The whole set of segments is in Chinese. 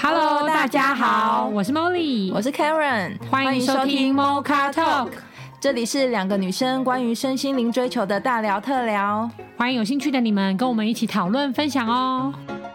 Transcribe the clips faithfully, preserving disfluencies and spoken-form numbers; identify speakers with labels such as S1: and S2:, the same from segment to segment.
S1: Hello， 大家好，我是 Molly，
S2: 我是 Karen，
S1: 欢迎收听 Mocha Talk，
S2: 这里是两个女生关于身心灵追求的大聊特聊，
S1: 欢迎有兴趣的你们跟我们一起讨论分享哦。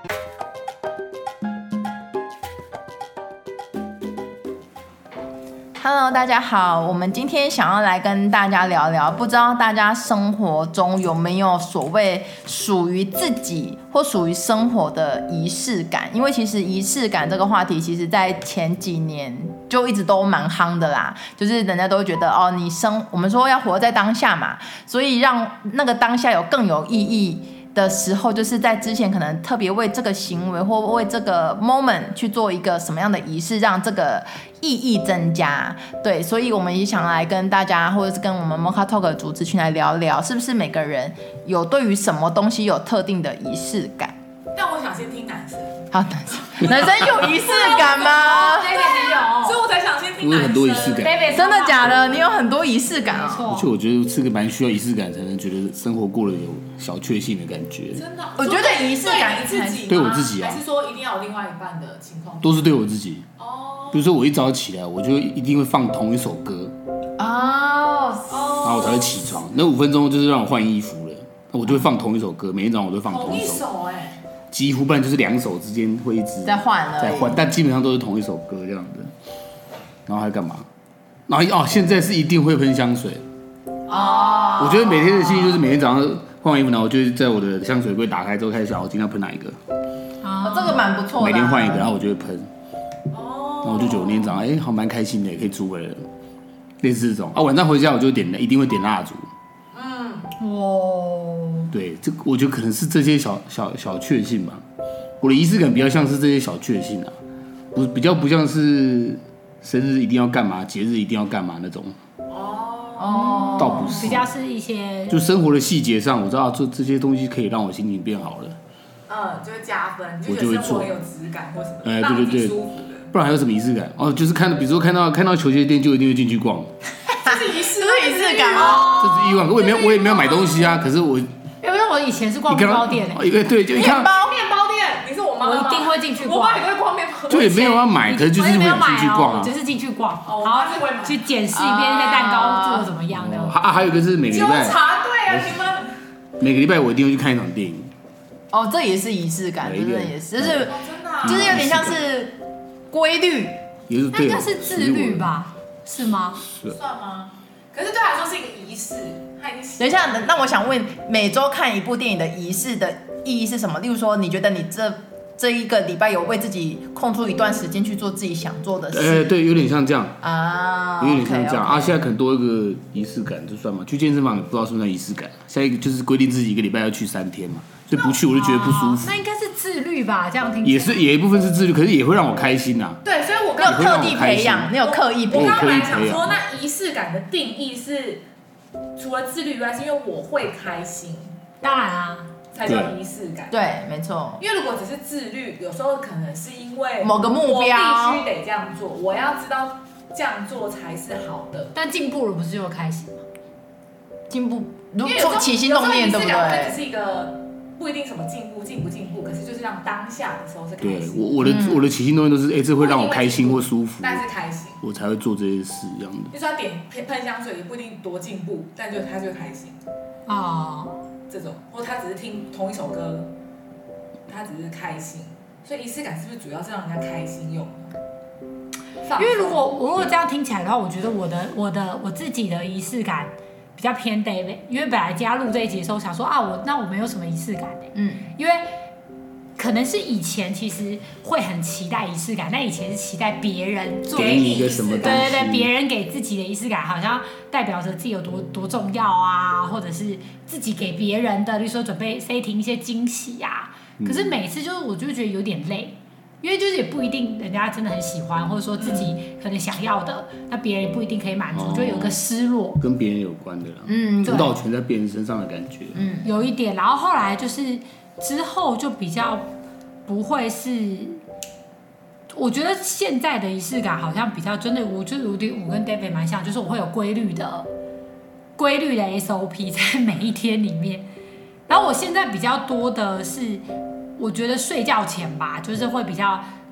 S2: Hello， 大家好，我们今天想要来跟大家聊聊，不知道大家生活中有没有所谓属于自己或属于生活的仪式感？因为其实仪式感这个话题，其实在前几年就一直都蛮夯的啦，就是人家都会觉得哦，你生我们说要活在当下嘛，所以让那个当下有更有意义的时候，就是在之前可能特别为这个行为或为这个 moment 去做一个什么样的仪式，让这个意义增加。对，所以我们也想来跟大家，或者是跟我们 Mocha Talk 的组织群来聊聊，是不是每个人有对于什么东西有特定的仪式感？
S3: 但我想先听男生。
S2: 好，男生，男生有仪式感吗
S3: ？David 也有，所以我才想先听男生。
S4: 我有很多仪式感。
S2: 真的假的？你有很多仪式感啊、
S4: 哦？而且我觉得是个蛮需要仪式感，才能觉得生活过得有小确幸的感觉。
S3: 真的，
S2: 我觉得仪式感
S3: 对你自己，
S4: 对我自己啊，
S3: 还是说一定要有另外一半的情况？
S4: 都是对我自己。
S3: 哦。
S4: 比如说我一早起来，我就一定会放同一首歌。
S2: 哦。
S4: 然后我才会起床，那五分钟就是让我换衣服了，那我就会放同一首歌，每天早上我都放同一首。
S3: 同一首哎、欸。
S4: 几乎不然就是两首之间会一直
S2: 在换了，
S4: 在换，但基本上都是同一首歌这样子。然后还干嘛？然后哦，现在是一定会喷香水。哦。我觉得每天的心情就是每天早上换完衣服，然后我就在我的香水柜打开之后开始想，我今天要喷哪一个。
S2: 哦，这个蛮不错的、啊。
S4: 每天换一个，然后我就会喷。哦。然后我就觉得我那天早上哎、欸，好蛮开心的，可以出门了。类似这种啊，晚上回家我就点一定会点蜡烛。
S2: 嗯。哇。
S4: 对，这我觉得可能是这些小小小确幸吧。我的仪式感比较像是这些小确幸啊，不比较不像是生日一定要干嘛，节日一定要干嘛那种。哦，倒不是，
S1: 比较是一些
S4: 就生活的细节上，我知道做这些东西可以让我心情变好了。
S3: 嗯，就会加分，
S4: 我就会做，
S3: 很有质感或什么，
S4: 哎、对对对，
S3: 舒服的。
S4: 不然还有什么仪式感？哦，就是看，比如说看到看到球鞋店就一定会进去逛。
S3: 这是仪式，
S2: 这是仪式感哦。
S4: 这是欲望，我也没有我也没有买东西啊，可是我。
S1: 因为我以前是逛面包店诶、
S4: 欸，对，就一看
S3: 面包面包店，你是我妈妈，
S1: 我一定会进去逛。
S3: 我爸也会逛面包店，
S4: 就也没有要买，可是就是会想进去逛啊，
S1: 只是进去逛，
S3: 哦、
S1: 然后去检视一遍那些蛋糕做的怎么样的。
S4: 啊，还有一个是每个礼拜，
S3: 纠察队啊，你们
S4: 每个礼拜我一定会去看一场电影。
S2: 哦，这也是仪式感，真的也是，就是、
S3: 哦啊、
S2: 就是有点像是规律，
S4: 也是
S1: 那应该是自律吧？是吗？
S4: 是
S3: 算吗？可是对他来说是一个仪式，他已经。
S2: 等一下，那我想问，每周看一部电影的仪式的意义是什么？例如说，你觉得你这这一个礼拜有为自己空出一段时间去做自己想做的事？
S4: 哎、欸，对，有点像这样
S2: 啊，
S4: 有点像这样
S2: okay, okay.
S4: 啊。现在可能多一个仪式感，就算嘛。去健身房也不知道是不是仪式感。下一个就是规定自己一个礼拜要去三天嘛，所以不去我就觉得不舒服。
S1: 那应该是自律吧？这样听起来
S4: 也是，也一部分是自律，可是也会让我开心啊。
S3: 对，所以我
S2: 没有特地培养，你有刻意培养。
S3: 我刚才想说，那仪式感的定义是。除了自律以外，是因为我会开心，
S1: 当然啊，
S3: 才叫仪式感。
S2: 对，没错。
S3: 因为如果只是自律，有时候可能是因为
S2: 某个目标，
S3: 我必须得这样做，我要知道这样做才是好的。
S1: 但进步了不是就开心吗？
S2: 进步，
S3: 因为
S2: 做起心动念，对不对？
S3: 它只是一个不一定什么进步，进不进步，可是就是让当下的时候是开心。
S4: 对我我的、嗯、我的起心动念都是，哎、欸，这会让我开心或舒服，
S3: 但是开心，
S4: 我才会做这些事，这样的。
S3: 就是要点喷香水，也不一定多进步，但就他就开心
S1: 哦。
S3: 这种，或他只是听同一首歌，他只是开心，所以仪式感是不是主要是让人家开心用的？
S1: 因为如果我如果这样听起来的话，我觉得我的我的我自己的仪式感比较偏 David， 因为本来加入这一集的时候想说啊，我那我没有什么仪式感的、欸，嗯，因为可能是以前其实会很期待仪式感，但以前是期待别人
S4: 给你一个什么东西，
S1: 对对对，别人给自己的仪式感好像代表着自己有多多重要啊，或者是自己给别人的，比如说准备 setting 一些惊喜啊，可是每次就是我就觉得有点累。因为就是也不一定人家真的很喜欢，或者说自己可能想要的，那别人也不一定可以满足，哦、就有一个失落，
S4: 跟别人有关的啦。
S2: 嗯，
S4: 主导权在别人身上的感觉。
S1: 嗯，有一点。然后后来就是之后就比较不会是，我觉得现在的仪式感好像比较真的，我就有点我跟 David 蛮像，就是我会有规律的规律的 S O P 在每一天里面。然后我现在比较多的是。我觉得睡觉前吧，就是会比较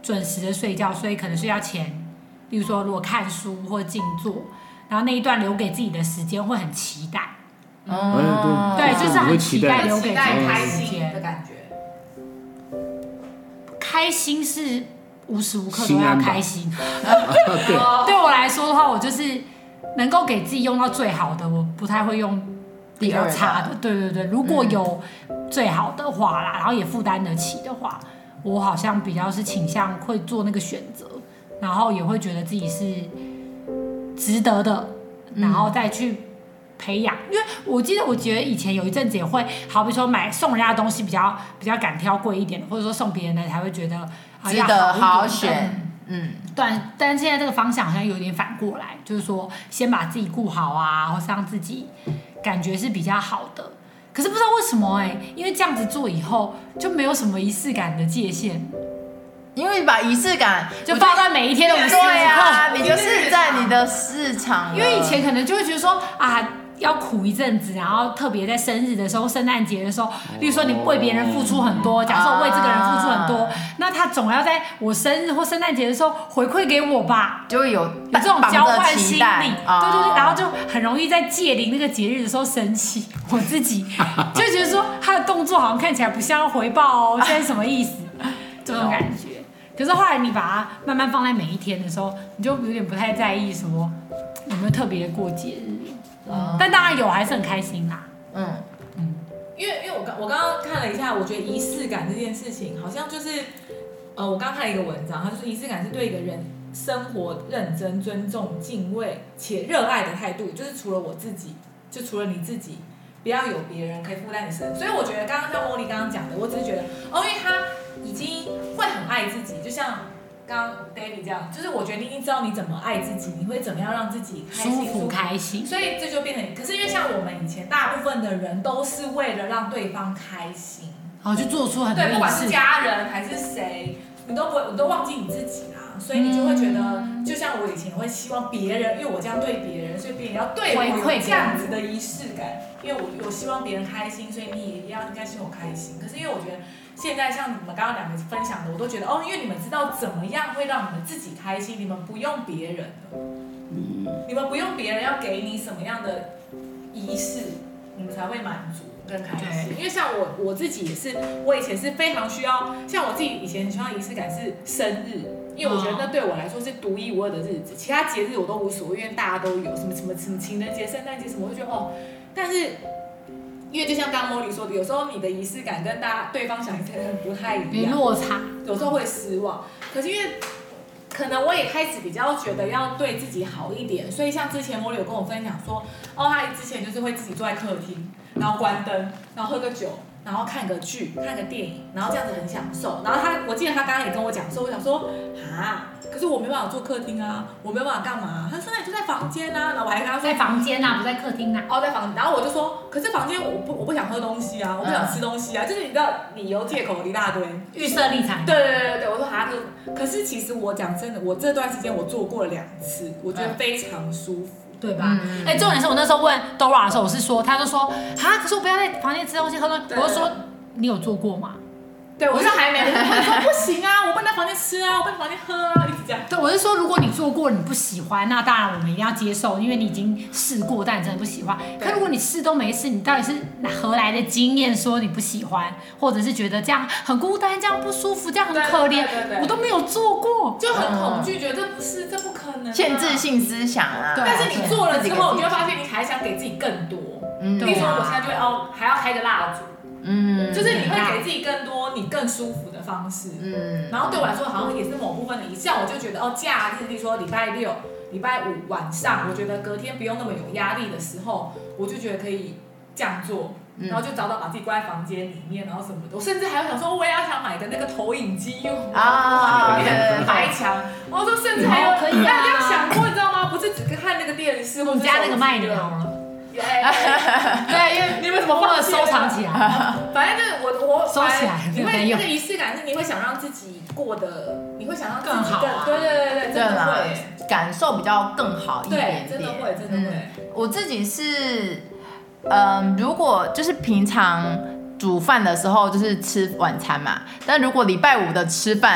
S1: 准时的睡觉，所以可能睡觉前，例如说如果看书或静坐，然后那一段留给自己的时间会很期待。
S2: 哦，
S1: 对，就是很期待留给自己的
S3: 开
S1: 时间
S3: 心的感觉。
S1: 开心是无时无刻都要开心。
S4: 对，
S1: 对我来说的话，我就是能够给自己用到最好的，我不太会用比较差的。对对对，如果有最好的话啦，然后也负担得起的话，我好像比较是倾向会做那个选择，然后也会觉得自己是值得的，然后再去培养。因为我记得，我觉得以前有一阵子也会，好比说买送人家的东西比较比较敢挑贵一点的，或者说送别人的才会觉得啊
S2: 值得好好
S1: 要
S2: 选。嗯，
S1: 但但现在这个方向好像有点反过来，就是说先把自己顾好啊，或是让自己感觉是比较好的。可是不知道为什么哎、欸，因为这样子做以后就没有什么仪式感的界限，
S2: 因为把仪式感
S1: 就放在每一天的无时无刻。
S2: 对啊，你就是在你的市场。
S1: 因为以前可能就会觉得说啊。要苦一阵子，然后特别在生日的时候、圣诞节的时候，例如说你为别人付出很多，假设我为这个人付出很多，啊、那他总要在我生日或圣诞节的时候回馈给我吧，
S2: 就会有
S1: 有这种交换心理，
S2: 哦、
S1: 对对对，然后就很容易在届临那个节日的时候生气，我自己就觉得说他的动作好像看起来不像要回报哦，现在什么意思？这种感觉。可是后来你把它慢慢放在每一天的时候，你就有点不太在意什么有没有特别过节日。嗯、但当然有，还是很开心啦。
S2: 嗯
S3: 嗯，因为因为我刚我刚刚看了一下，我觉得仪式感这件事情，好像就是，呃，我刚看了一个文章，它就是仪式感是对一个人生活认真、尊重、敬畏且热爱的态度，就是除了我自己，就除了你自己，不要有别人可以负担你身。所以我觉得刚刚像茉莉刚刚讲的，我只是觉得哦，因为他已经会很爱自己，就像。刚刚 David 这样，就是我觉得你已经知道你怎么爱自己，你会怎么样让自己开心、
S1: 舒服、开心，
S3: 所以这就变成。可是因为像我们以前大部分的人都是为了让对方开心，
S1: 然后去做出很多仪式，
S3: 对，不管是家人还是谁，你都不会，你都忘记你自己啦，所以你就会觉得，嗯、就像我以前会希望别人，因为我这样对别人，所以别人要对我有这样子的仪式感，因为我我希望别人开心，所以你也要应该希望我开心。可是因为我觉得。现在像你们刚刚两个分享的，我都觉得哦，因为你们知道怎么样会让你们自己开心，你们不用别人的，你们不用别人要给你什么样的仪式，你们才会满足跟开心。因为像我我自己也是，我以前是非常需要，像我自己以前很需要仪式感是生日，因为我觉得那对我来说是独一无二的日子，其他节日我都无所谓，因为大家都有什么什么什么情人节、圣诞节什么，我就觉得哦，但是。因为就像刚刚茉莉说的，有时候你的仪式感跟大家对方想的不太一样，
S1: 有落差，
S3: 有时候会失望。可是因为可能我也开始比较觉得要对自己好一点，所以像之前茉莉有跟我分享说，哦，她之前就是会自己坐在客厅，然后关灯，然后喝个酒，然后看个剧，看个电影，然后这样子很享受。然后她，我记得她刚刚也跟我讲说，我想说，啊。可是我没办法坐客厅啊，我没办法干嘛？他说那你就在房间啊，然后我还跟他说
S1: 在房间啊，不在客厅啊。
S3: 哦，在房，然后我就说，可是房间我不我不想喝东西啊，我不想吃东西啊，嗯、就是你知道理由借口一大堆，
S1: 预设立场。
S3: 对对对对对，我说哈，可是其实我讲真的，我这段时间我做过了两次，我觉得非常舒服。
S1: 嗯对吧？哎、嗯欸，重点是我那时候问 Dora 的时候，我是说，他就说，哈，可是我不要在房间吃东西喝东西。我就说，你有做过吗？
S3: 对，我说还没，我说不行啊，我不能在房间吃啊，我不能在房间喝啊，一直这样。
S1: 对，我是说，如果你做过你不喜欢，那当然我们一定要接受，因为你已经试过，但你真的不喜欢。可如果你试都没试，你到底是何来的经验说你不喜欢，或者是觉得这样很孤单，这样不舒服，这样很可怜，我都没有做过，
S3: 就很恐惧，觉得这不是，这不可能、啊。
S2: 限制性思想啊。
S3: 但是你做了之后，你就会发现你还想给自己更多。嗯，比如说我现在就会哦，还要开个蜡烛。嗯，就是你会给自己更多你更舒服的方式，嗯，然后对我来说好像也是某部分的仪式，像我就觉得哦，假日，例如说礼拜六、礼拜五晚上，我觉得隔天不用那么有压力的时候，我就觉得可以这样做，然后就早早把自己关在房间里面，然后什么的，我甚至还有想说，我也要想买个那个投影机，用啊，白墙，然后说甚至还有可以啊，你有想过你知道吗？不是只看那个电视，
S1: 我们家那个卖你好了。
S3: 对，因为你们怎么放
S1: 收藏起来？
S3: 反正就是我我
S1: 收起来，
S3: 你会那个仪式感是你会想让自己过得，你会想让自己
S1: 更好、啊，
S3: 对对对对，真的会
S2: 感受比较更好一点点。
S3: 对，真的会，真的会。
S2: 嗯、我自己是，嗯、呃，如果就是平常煮饭的时候就是吃晚餐嘛，但如果礼拜五的吃饭。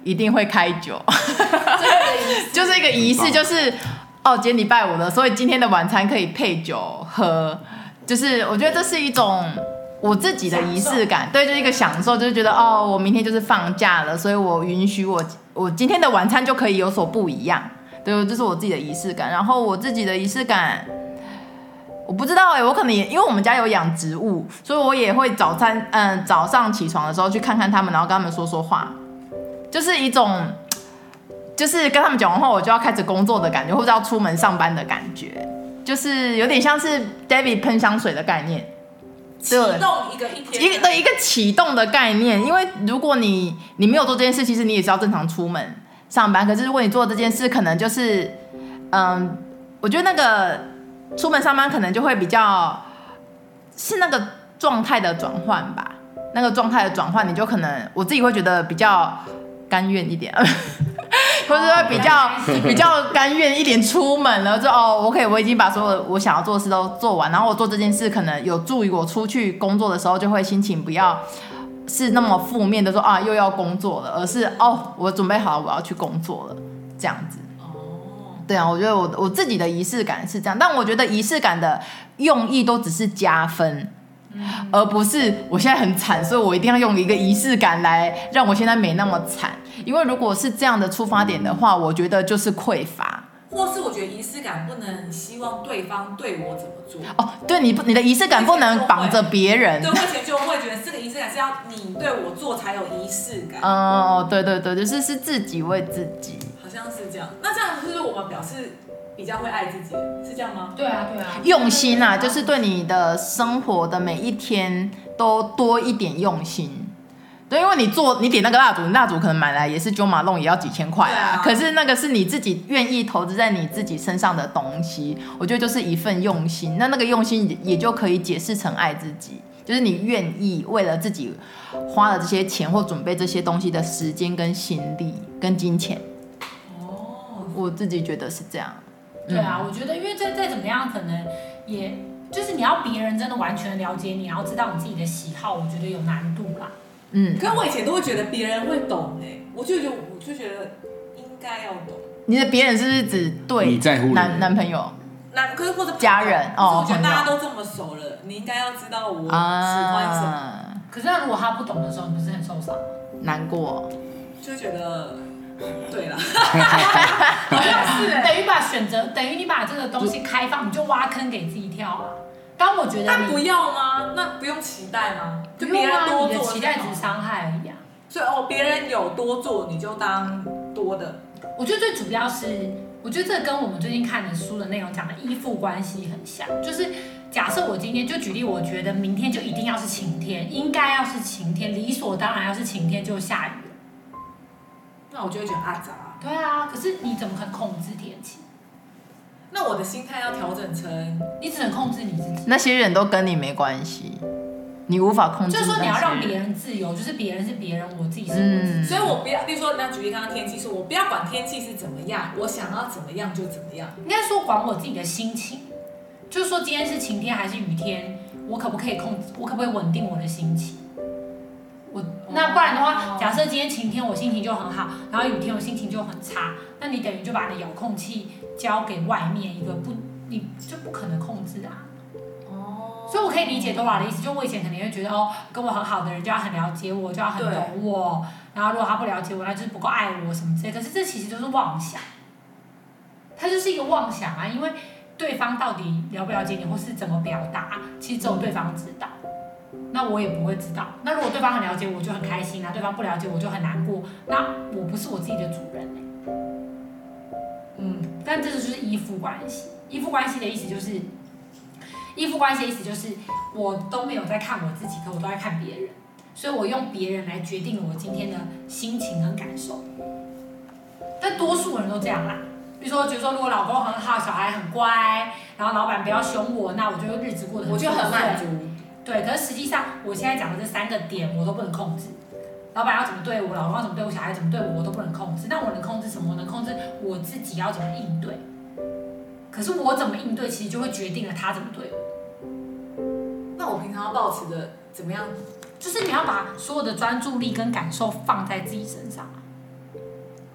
S2: 一定会开酒，就是一个仪式，就是哦，今天礼拜五了，所以今天的晚餐可以配酒喝，就是我觉得这是一种我自己的仪式感，对，就是一个享受，就是觉得哦，我明天就是放假了，所以我允许我我今天的晚餐就可以有所不一样，对，这是我自己的仪式感。然后我自己的仪式感，我不知道哎、欸，我可能也因为我们家有养植物，所以我也会早餐嗯早上起床的时候去看看他们，然后跟他们说说话，就是一种就是跟他们讲完话我就要开始工作的感觉，或者要出门上班的感觉，就是有点像是 David 喷香水的概念。
S3: 启动一个一天
S2: 一个对一个启动的概念，因为如果你你没有做这件事，其实你也是要正常出门上班。可是如果你做这件事，可能就是嗯，我觉得那个出门上班可能就会比较是那个状态的转换吧。那个状态的转换，你就可能我自己会觉得比较甘愿一点。或者会比较比较甘愿一点出门了，就哦 ，OK， 我已经把所有我想要做的事都做完，然后我做这件事可能有助于我出去工作的时候，就会心情不要是那么负面的说啊又要工作了，而是哦我准备好了我要去工作了这样子。哦，对啊，我觉得我我自己的仪式感是这样，但我觉得仪式感的用意都只是加分。而不是我现在很惨，所以我一定要用一个仪式感来让我现在没那么惨。因为如果是这样的出发点的话，我觉得就是匮乏。
S3: 或是我觉得仪式感不能希望对方对我怎么做。
S2: 哦，对你你的仪式感不能绑着别人。
S3: 对，我以前就会觉得这个仪式感是要你对我做才有仪式感。
S2: 哦，对对对，就是是自己为自己。
S3: 好像是这样。那这样是不是我们表示比较会爱自己，是这样吗？
S1: 对啊，对啊。
S2: 用心啊，就是对你的生活的每一天都多一点用心。对，因为你做你点那个蜡烛，你蜡烛可能买来也是Jo Malone也要几千块啊。可是那个是你自己愿意投资在你自己身上的东西，我觉得就是一份用心。那那个用心也就可以解释成爱自己，就是你愿意为了自己花了这些钱或准备这些东西的时间跟心力跟金钱。哦，我自己觉得是这样。
S1: 对啊，我觉得因为再再怎么样，可能也就是你要别人真的完全了解你，然后知道你自己的喜好，我觉得有难度啦。
S2: 嗯，
S3: 可是我以前都会觉得别人会懂哎、欸，我就觉得我就觉得应该要懂。
S2: 你的别人是不是指对
S4: 你在乎
S2: 男男朋友？
S3: 男可是或者
S2: 家人哦，
S3: 我觉得大家都这么熟了，你应该要知道我喜欢什么。啊、
S1: 可是那如果他不懂的时候，你不是很受伤吗？
S2: 难过，
S3: 就觉得对啦，
S1: 好像是等于把选择，等于你把这个东西开放，你就挖坑给自己跳啊。当我觉得
S3: 但不要吗？那不用期待吗？就别人多做，
S1: 你的期待只是伤害而已啊。
S3: 所以哦，别人有多做，你就当多的。
S1: 我觉得最主要是，我觉得这跟我们最近看的书的内容讲的依附关系很像。就是假设我今天就举例，我觉得明天就一定要是晴天，应该要是晴天，理所当然要是晴天就下雨了。
S3: 那我就会觉得阿杂。
S1: 对啊，可是你怎么可能控制天气？
S3: 那我的心态要调整成，
S1: 你只能控制你自己。
S2: 那些人都跟你没关系，你无法控制。
S1: 就是说你要让别人自由，就是别人是别人，我自己是我自己。
S3: 嗯、所以我不要，比如说，那举例刚刚天气，说我不要管天气是怎么样，我想要怎么样就怎么样。
S1: 应该说管我自己的心情，就是说今天是晴天还是雨天，我可不可以控制，我可不可以稳定我的心情？我那不然的话，假设今天晴天我心情就很好，然后雨天我心情就很差，那你等于就把你的遥控器交给外面一个不，你就不可能控制啊。哦。所以我可以理解 Dora 的意思，就我以前肯定会觉得哦，跟我很好的人就要很了解我，就要很懂我，然后如果他不了解我，那就是不够爱我什么之类。可是这其实就是妄想，它就是一个妄想啊，因为对方到底了不了解你，或是怎么表达，其实只有对方知道。那我也不会知道。那如果对方很了解我，就很开心啊；对方不了解我，就很难过。那我不是我自己的主人欸。嗯，但这就是依附关系。依附关系的意思就是，依附关系的意思就是，我都没有在看我自己，可我都在看别人，所以我用别人来决定我今天的心情跟感受。但多数人都这样啦。比如说，觉得说如果老公很好，小孩很乖，然后老板不要凶我，那我就日子过得很顺遂，
S3: 我就很满足。
S1: 对，可是实际上我现在讲的这三个点我都不能控制，老板要怎么对我，老公要怎么对我，小孩怎么对我，我都不能控制。那我能控制什么？我能控制我自己要怎么应对。可是我怎么应对，其实就会决定了他怎么对我。
S3: 那我平常要保持的怎么样？
S1: 就是你要把所有的专注力跟感受放在自己身上。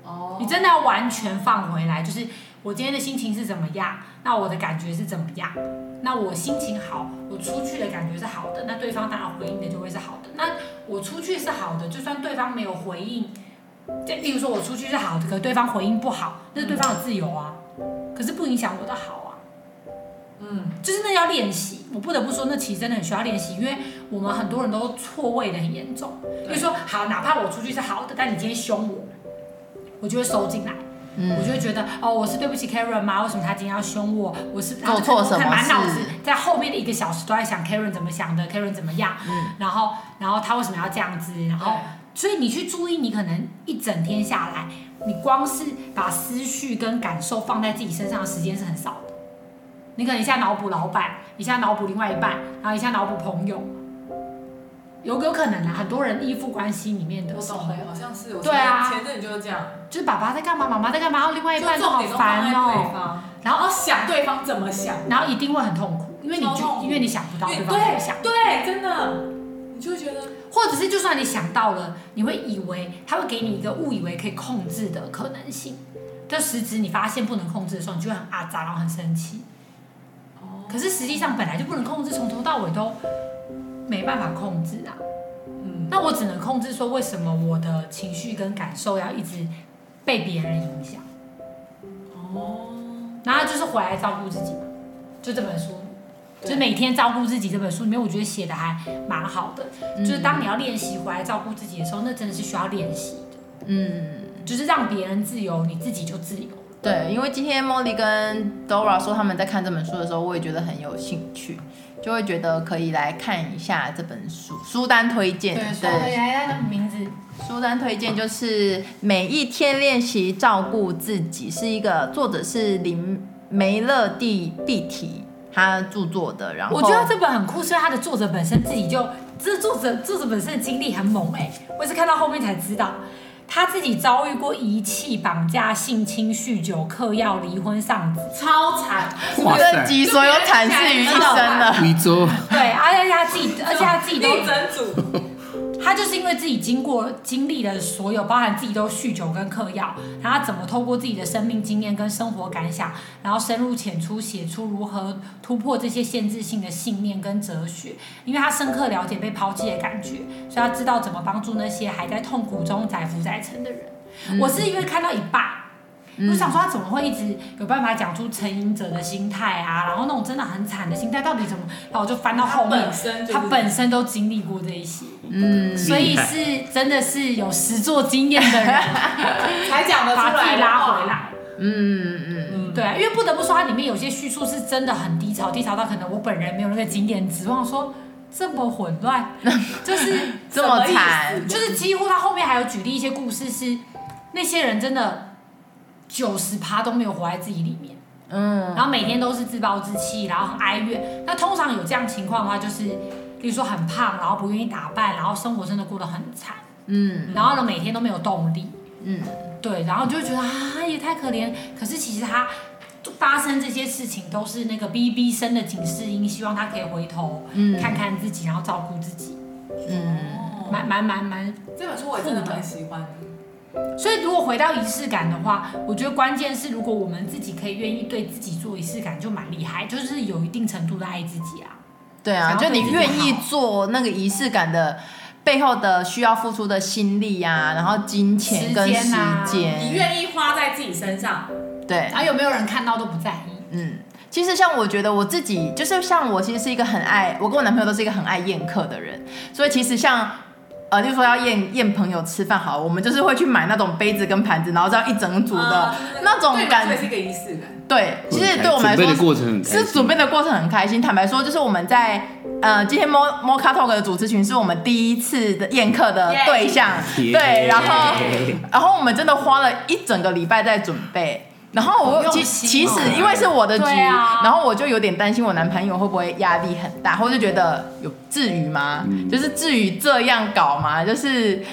S1: 哦，你真的要完全放回来，就是我今天的心情是怎么样，那我的感觉是怎么样，那我心情好，我出去的感觉是好的，那对方当然回应的就会是好的。那我出去是好的，就算对方没有回应，例如说我出去是好的，可是对方回应不好，那是对方的自由啊，可是不影响我的好啊。嗯，就是那要练习，我不得不说，那其实真的很需要练习，因为我们很多人都错位的很严重。比如说，好，哪怕我出去是好的，但你今天凶我，我就会收进来。嗯，我就会觉得，哦，我是对不起 Karen 吗？为什么他今天要凶我？我是
S2: 做错什么事？
S1: 满脑子在后面的一个小时都在想 Karen 怎么想的 ，Karen 怎么样？嗯，然后，然后他为什么要这样子？然后，所以你去注意，你可能一整天下来，你光是把思绪跟感受放在自己身上的时间是很少的。你可能一下脑补老板，一下脑补另外一半，然后一下脑补朋友，有有可能啊，很多人依附关系里面的时候，
S3: 我懂了，好像是，
S1: 对啊，
S3: 前阵子就是这样，
S1: 就是爸爸在干嘛，妈妈在干嘛，然后另外一半都好烦哦，
S3: 然后想对方怎么想，
S1: 然后一定会很痛苦，因为你就因为你想不到对方怎么想，
S3: 对，真的，你就会觉得，
S1: 或者是就算你想到了，你会以为他会给你一个误以为可以控制的可能性，就实质你发现不能控制的时候，你就会很阿杂，然后很生气。可是实际上本来就不能控制，从头到尾都没办法控制啊。嗯，那我只能控制说，为什么我的情绪跟感受要一直被别人影响？哦，然后就是回来照顾自己嘛，就这本书，就是每天照顾自己这本书里面，我觉得写的还蛮好的。嗯、就是当你要练习回来照顾自己的时候，那真的是需要练习的。嗯，就是让别人自由，你自己就自由。
S2: 对，因为今天 Molly 跟 Dora 说他们在看这本书的时候，我也觉得很有兴趣，就会觉得可以来看一下这本书。书单推荐，
S1: 对，对，来来，名字。
S2: 书单推荐就是《每一天练习照顾自己》，是一个作者是林梅勒蒂碧提他著作的。然后
S1: 我觉得这本很酷，是因为他的作者本身自己就，这作者作者本身的经历很猛哎、欸，我也是看到后面才知道。他自己遭遇过遗弃、绑架、性侵、酗酒、嗑药、离婚、丧子，
S3: 超惨！
S2: 哇塞，集所有惨事于一身了。
S1: 对，而且他自己，而且他自己都
S3: 整组。
S1: 他就是因为自己经过经历了所有，包含自己都酗酒跟嗑药，然后他怎么透过自己的生命经验跟生活感想，然后深入浅出写出如何突破这些限制性的信念跟哲学。因为他深刻了解被抛弃的感觉，所以他知道怎么帮助那些还在痛苦中载浮载沉的人。嗯、我是因为看到一半。我想说他怎么会一直有办法讲出成瘾者的心态啊，然后那种真的很惨的心态到底怎么，然后我就翻到后面，他本身都经历过这一些，嗯，所以是真的是有实作经验的人
S3: 才讲得出来，
S1: 把自己拉回来，
S2: 嗯嗯嗯，
S1: 对啊，因为不得不说它里面有些叙述是真的很低潮，低潮到可能我本人没有那个经典指望说这么混乱，就是
S2: 这么惨，
S1: 就是几乎他后面还有举例一些故事是那些人真的。九十趴都没有活在自己里面，嗯，然后每天都是自暴自弃，然后很哀怨。那通常有这样情况的话，就是比如说很胖，然后不愿意打扮，然后生活真的过得很惨，嗯，然后呢每天都没有动力，嗯，对，然后就觉得啊也太可怜。可是其实他发生这些事情都是那个哔哔声的警示音，希望他可以回头看看自己，然后照顾自己，嗯，蛮蛮蛮蛮，
S3: 这本书我真的很喜欢。
S1: 所以，如果回到仪式感的话，我觉得关键是，如果我们自己可以愿意对自己做仪式感，就蛮厉害，就是有一定程度的爱自己啊。
S2: 对啊，就你愿意做那个仪式感的背后的需要付出的心力啊，然后金钱跟时间，
S3: 你愿意花在自己身上，
S2: 对，
S1: 然后有没有人看到都不在意，
S2: 嗯。其实像我觉得我自己，就是像我其实是一个很爱，我跟我男朋友都是一个很爱宴客的人，所以其实像。呃，例如说要宴宴朋友吃饭好，我们就是会去买那种杯子跟盘子，然后这样一整组的、呃、那种感觉，
S3: 对，是一个仪式感。
S2: 对，其实对我们来说，
S4: 准备的过程很开心，
S2: 是准备的过程很开心。坦白说，就是我们在呃今天 Mocha Talk 的主持群是我们第一次的宴客的对象， yeah. 对，然后、yeah. 然后我们真的花了一整个礼拜在准备。然后我其其实因为是我的局、啊，然后我就有点担心我男朋友会不会压力很大，或者觉得有至于吗？嗯、就是至于这样搞吗？就是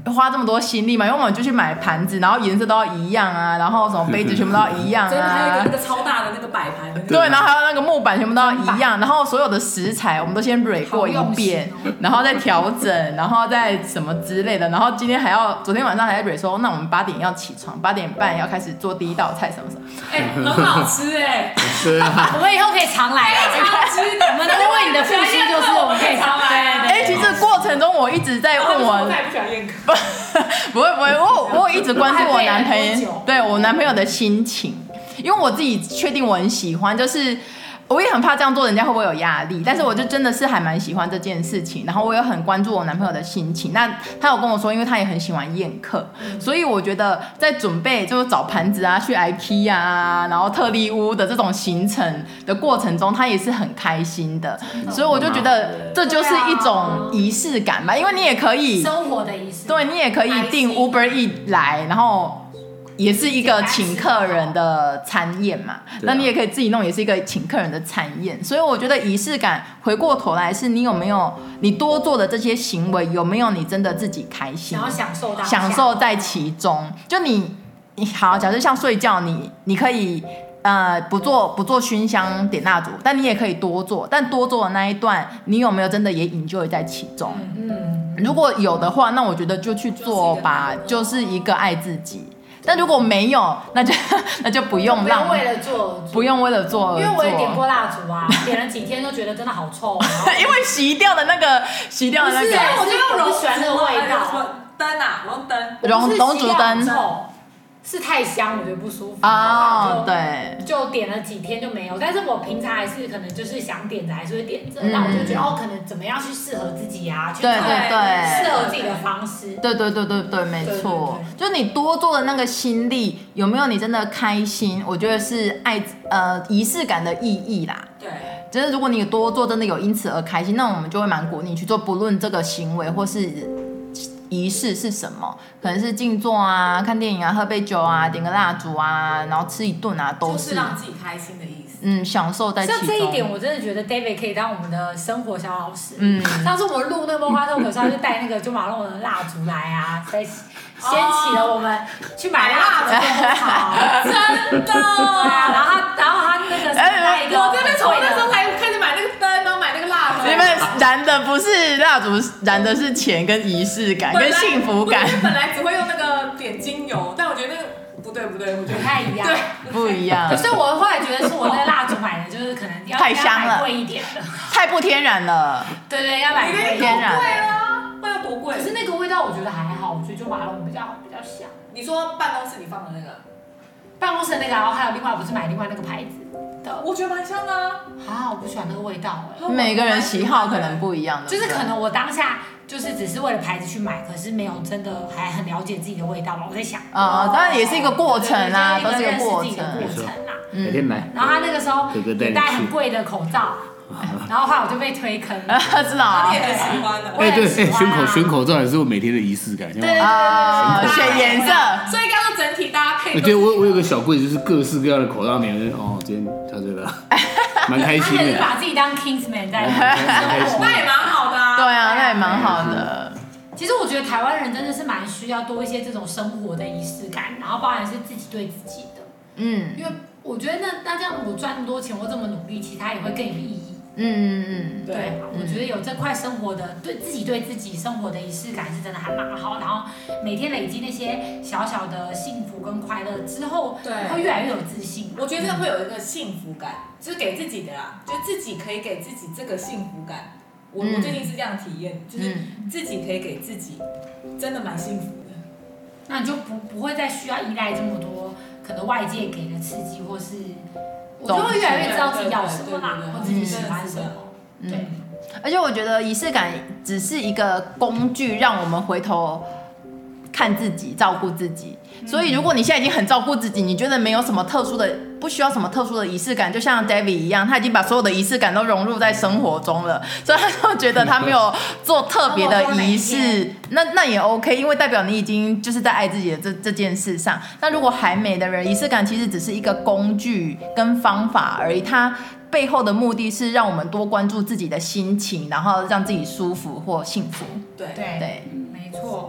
S2: 花这么多心力嘛，因为我们就去买盘子，然后颜色都要一样啊，然后什么杯子全部都要一样啊，
S3: 真的还有一个那个超大的那个摆盘的、那个，
S2: 对，然后还有那个木板全部都要一样，然后所有的食材我们都先蕊过一遍，
S1: 哦、
S2: 然后再调整，然后再什么之类的，然后今天还要，昨天晚上还在蕊说，那我们八点要起床，八点半要开始做第一道菜什么什么，
S3: 哎、欸，很好吃哎、欸，
S4: 对啊，
S1: 我们以后可以常来啊，
S3: 常吃，
S1: 我们能够为你的付出就是我们可以常来。
S2: 哎、欸，其实过程中我一直在问我，
S3: 我再也不喜欢宴客，
S2: 不会不会，我我一直关注我男朋友，对我男朋友的心情，因为我自己确定我很喜欢，就是我也很怕这样做人家会不会有压力，但是我就真的是还蛮喜欢这件事情，然后我也很关注我男朋友的心情。那他有跟我说，因为他也很喜欢宴客，所以我觉得在准备就是找盘子啊、去 IKEA 啊，然后特力屋的这种行程的过程中，他也是很开心的。所以我就觉得这就是一种仪式感吧，因为你也可以
S1: 生活的仪式，
S2: 对你也可以订 Uber Eats 来，然后。也是一个请客人的餐宴嘛，那你也可以自己弄，也是一个请客人的餐宴。所以我觉得仪式感，回过头来是你有没有你多做的这些行为，有没有你真的自己开心，
S1: 想要享受到
S2: 享受在其中。就你你好，假设像睡觉，你你可以呃不做不做熏香点蜡烛，但你也可以多做，但多做的那一段，你有没有真的也 enjoy 在其中？嗯，如果有的话，那我觉得就去做吧，就是一个爱自己。但如果没有，那就那就不用让，
S1: 不用为了做，
S2: 不用为了做而做。
S1: 因为我也点过蜡烛啊，点了几天都觉得真的好臭。
S2: 因为洗掉的那个，洗掉的那个，
S1: 不是，我就用柔喜欢那个味道。
S3: 灯啊，我用灯，
S2: 熔熔烛灯。
S1: 是太香，我觉得不舒服。
S2: 哦，对，
S1: 就点了几天就没有，但是我平常还是可能就是想点着还是会点着，那、嗯、我就觉得哦，可能怎么样去适合自己啊，去
S2: 对对对，
S1: 适合自己的方式。
S2: 对对对对对，没错。就你多做的那个心力，有没有你真的开心？我觉得是爱呃仪式感的意义啦。
S3: 对，
S2: 就是如果你多做，真的有因此而开心，那我们就会蛮鼓励你去做，不论这个行为或是。仪式是什么？可能是静坐啊、看电影啊、喝杯酒啊、点个蜡烛啊，然后吃一顿啊，都是
S3: 就是让自己开心的意思。
S2: 嗯，享受在其中。
S1: 像这一点，我真的觉得 David 可以当我们的生活小老师。嗯，上次我们录那个梦花透可时候，就带那个九马龙的蜡烛来啊，才掀起了我们去买蜡烛的风潮。
S3: 真的。对
S1: 啊，然后他，然后他那个带一个，
S3: 我这边从那时候才开始买那个灯，然后买那个蜡烛。
S2: 你们燃的不是蜡烛，燃的是钱跟仪式感跟幸福感。
S3: 本来只会用那个点精油，但我觉得那个不对不对，我觉得
S1: 不太一样，
S2: 对，不一样。
S1: 所以我后来觉得是我那个蜡烛买的，就是可能要
S2: 太香了，
S1: 贵一点的，
S2: 太不天然了。
S1: 对对，要买贵
S2: 天然。
S3: 贵啊，会要多贵？
S1: 可是那个味道我觉得还好，我觉得就马龙比较比较香。
S3: 你说办公室里放的那个？
S1: 办公室的那个，然后还有另外不是买另外那个牌子的，
S3: 我觉得蛮香的啊。
S1: 啊，我不喜欢那个味道哎。
S2: 每个人喜好可能不一样的，
S1: 就是可能我当下就是只是为了牌子去买，可是没有真的还很了解自己的味道吧。我在想，
S2: 啊，当然也是一个过程啊，都是一个过程，
S1: 过程啊。
S4: 每天买。
S1: 然后他那个时候也戴很贵的口罩。然后后来我就被推坑，
S2: 知道啊？
S3: 你也很喜欢的。
S4: 哎对，哎选口选口罩也是我每天的仪式感，
S1: 对对对，
S2: 选颜色。
S3: 所以刚刚整体搭配。
S4: 对，我我有个小柜子，就是各式各样的口罩，每个人哦，今天他这个蛮开心的。
S1: 他也是把自己当 Kingsman 在，
S3: 那也蛮好的啊。
S2: 对啊，那也蛮好的。
S1: 其实我觉得台湾人真的是蛮需要多一些这种生活的仪式感，然后包含是自己对自己的。嗯，因为我觉得那那这样我赚那么多钱，我这么努力，其实它也会更有意义。嗯嗯嗯，对，我觉得有这块生活的对自己对自己生活的仪式感是真的还蛮好，然后每天累积那些小小的幸福跟快乐之后，对，会越来越有自信。
S3: 我觉得会有一个幸福感，就是给自己的啦，就自己可以给自己这个幸福感。我我最近是这样体验，就是自己可以给自己，真的蛮幸福的。
S1: 那你就不不会再需要依赖这么多可能外界给的刺激，或是。我就会越来越知道自己要什么啦，我自己喜欢什么。对，
S2: 而且我觉得仪式感只是一个工具，让我们回头看自己、照顾自己。所以，如果你现在已经很照顾自己，你觉得没有什么特殊的，不需要什么特殊的仪式感，就像 David 一样，他已经把所有的仪式感都融入在生活中了，所以他就觉得他没有做特别的仪式，那那也 OK， 因为代表你已经就是在爱自己的这这件事上。那如果还没的人，仪式感其实只是一个工具跟方法而已，它背后的目的是让我们多关注自己的心情，然后让自己舒服或幸福。
S3: 对
S1: 对对，没错。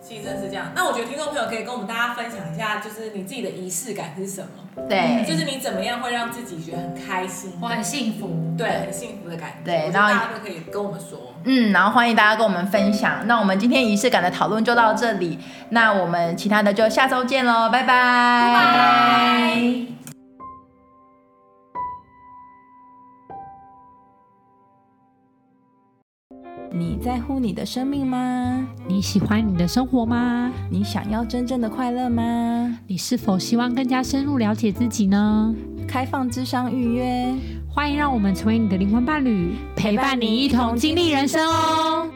S3: 其实真的是这样。那我觉得听众朋友可以跟我们大家分享一下，就是你自己的仪式感是什么？
S2: 对，
S3: 就是你怎么样会让自己觉得很开心，
S1: 我很幸福，
S3: 对，很幸福的感觉。
S2: 对，
S3: 然后大家都可以跟我们说。
S2: 嗯，然后欢迎大家跟我们分享。那我们今天仪式感的讨论就到这里，那我们其他的就下周见喽，拜拜，
S1: 拜拜。
S2: 你在乎你的生命吗？
S5: 你喜欢你的生活吗？
S2: 你想要真正的快乐吗？
S5: 你是否希望更加深入了解自己呢？
S2: 开放諮商预约，
S5: 欢迎让我们成为你的灵魂伴侣，陪伴你一同经历人生哦。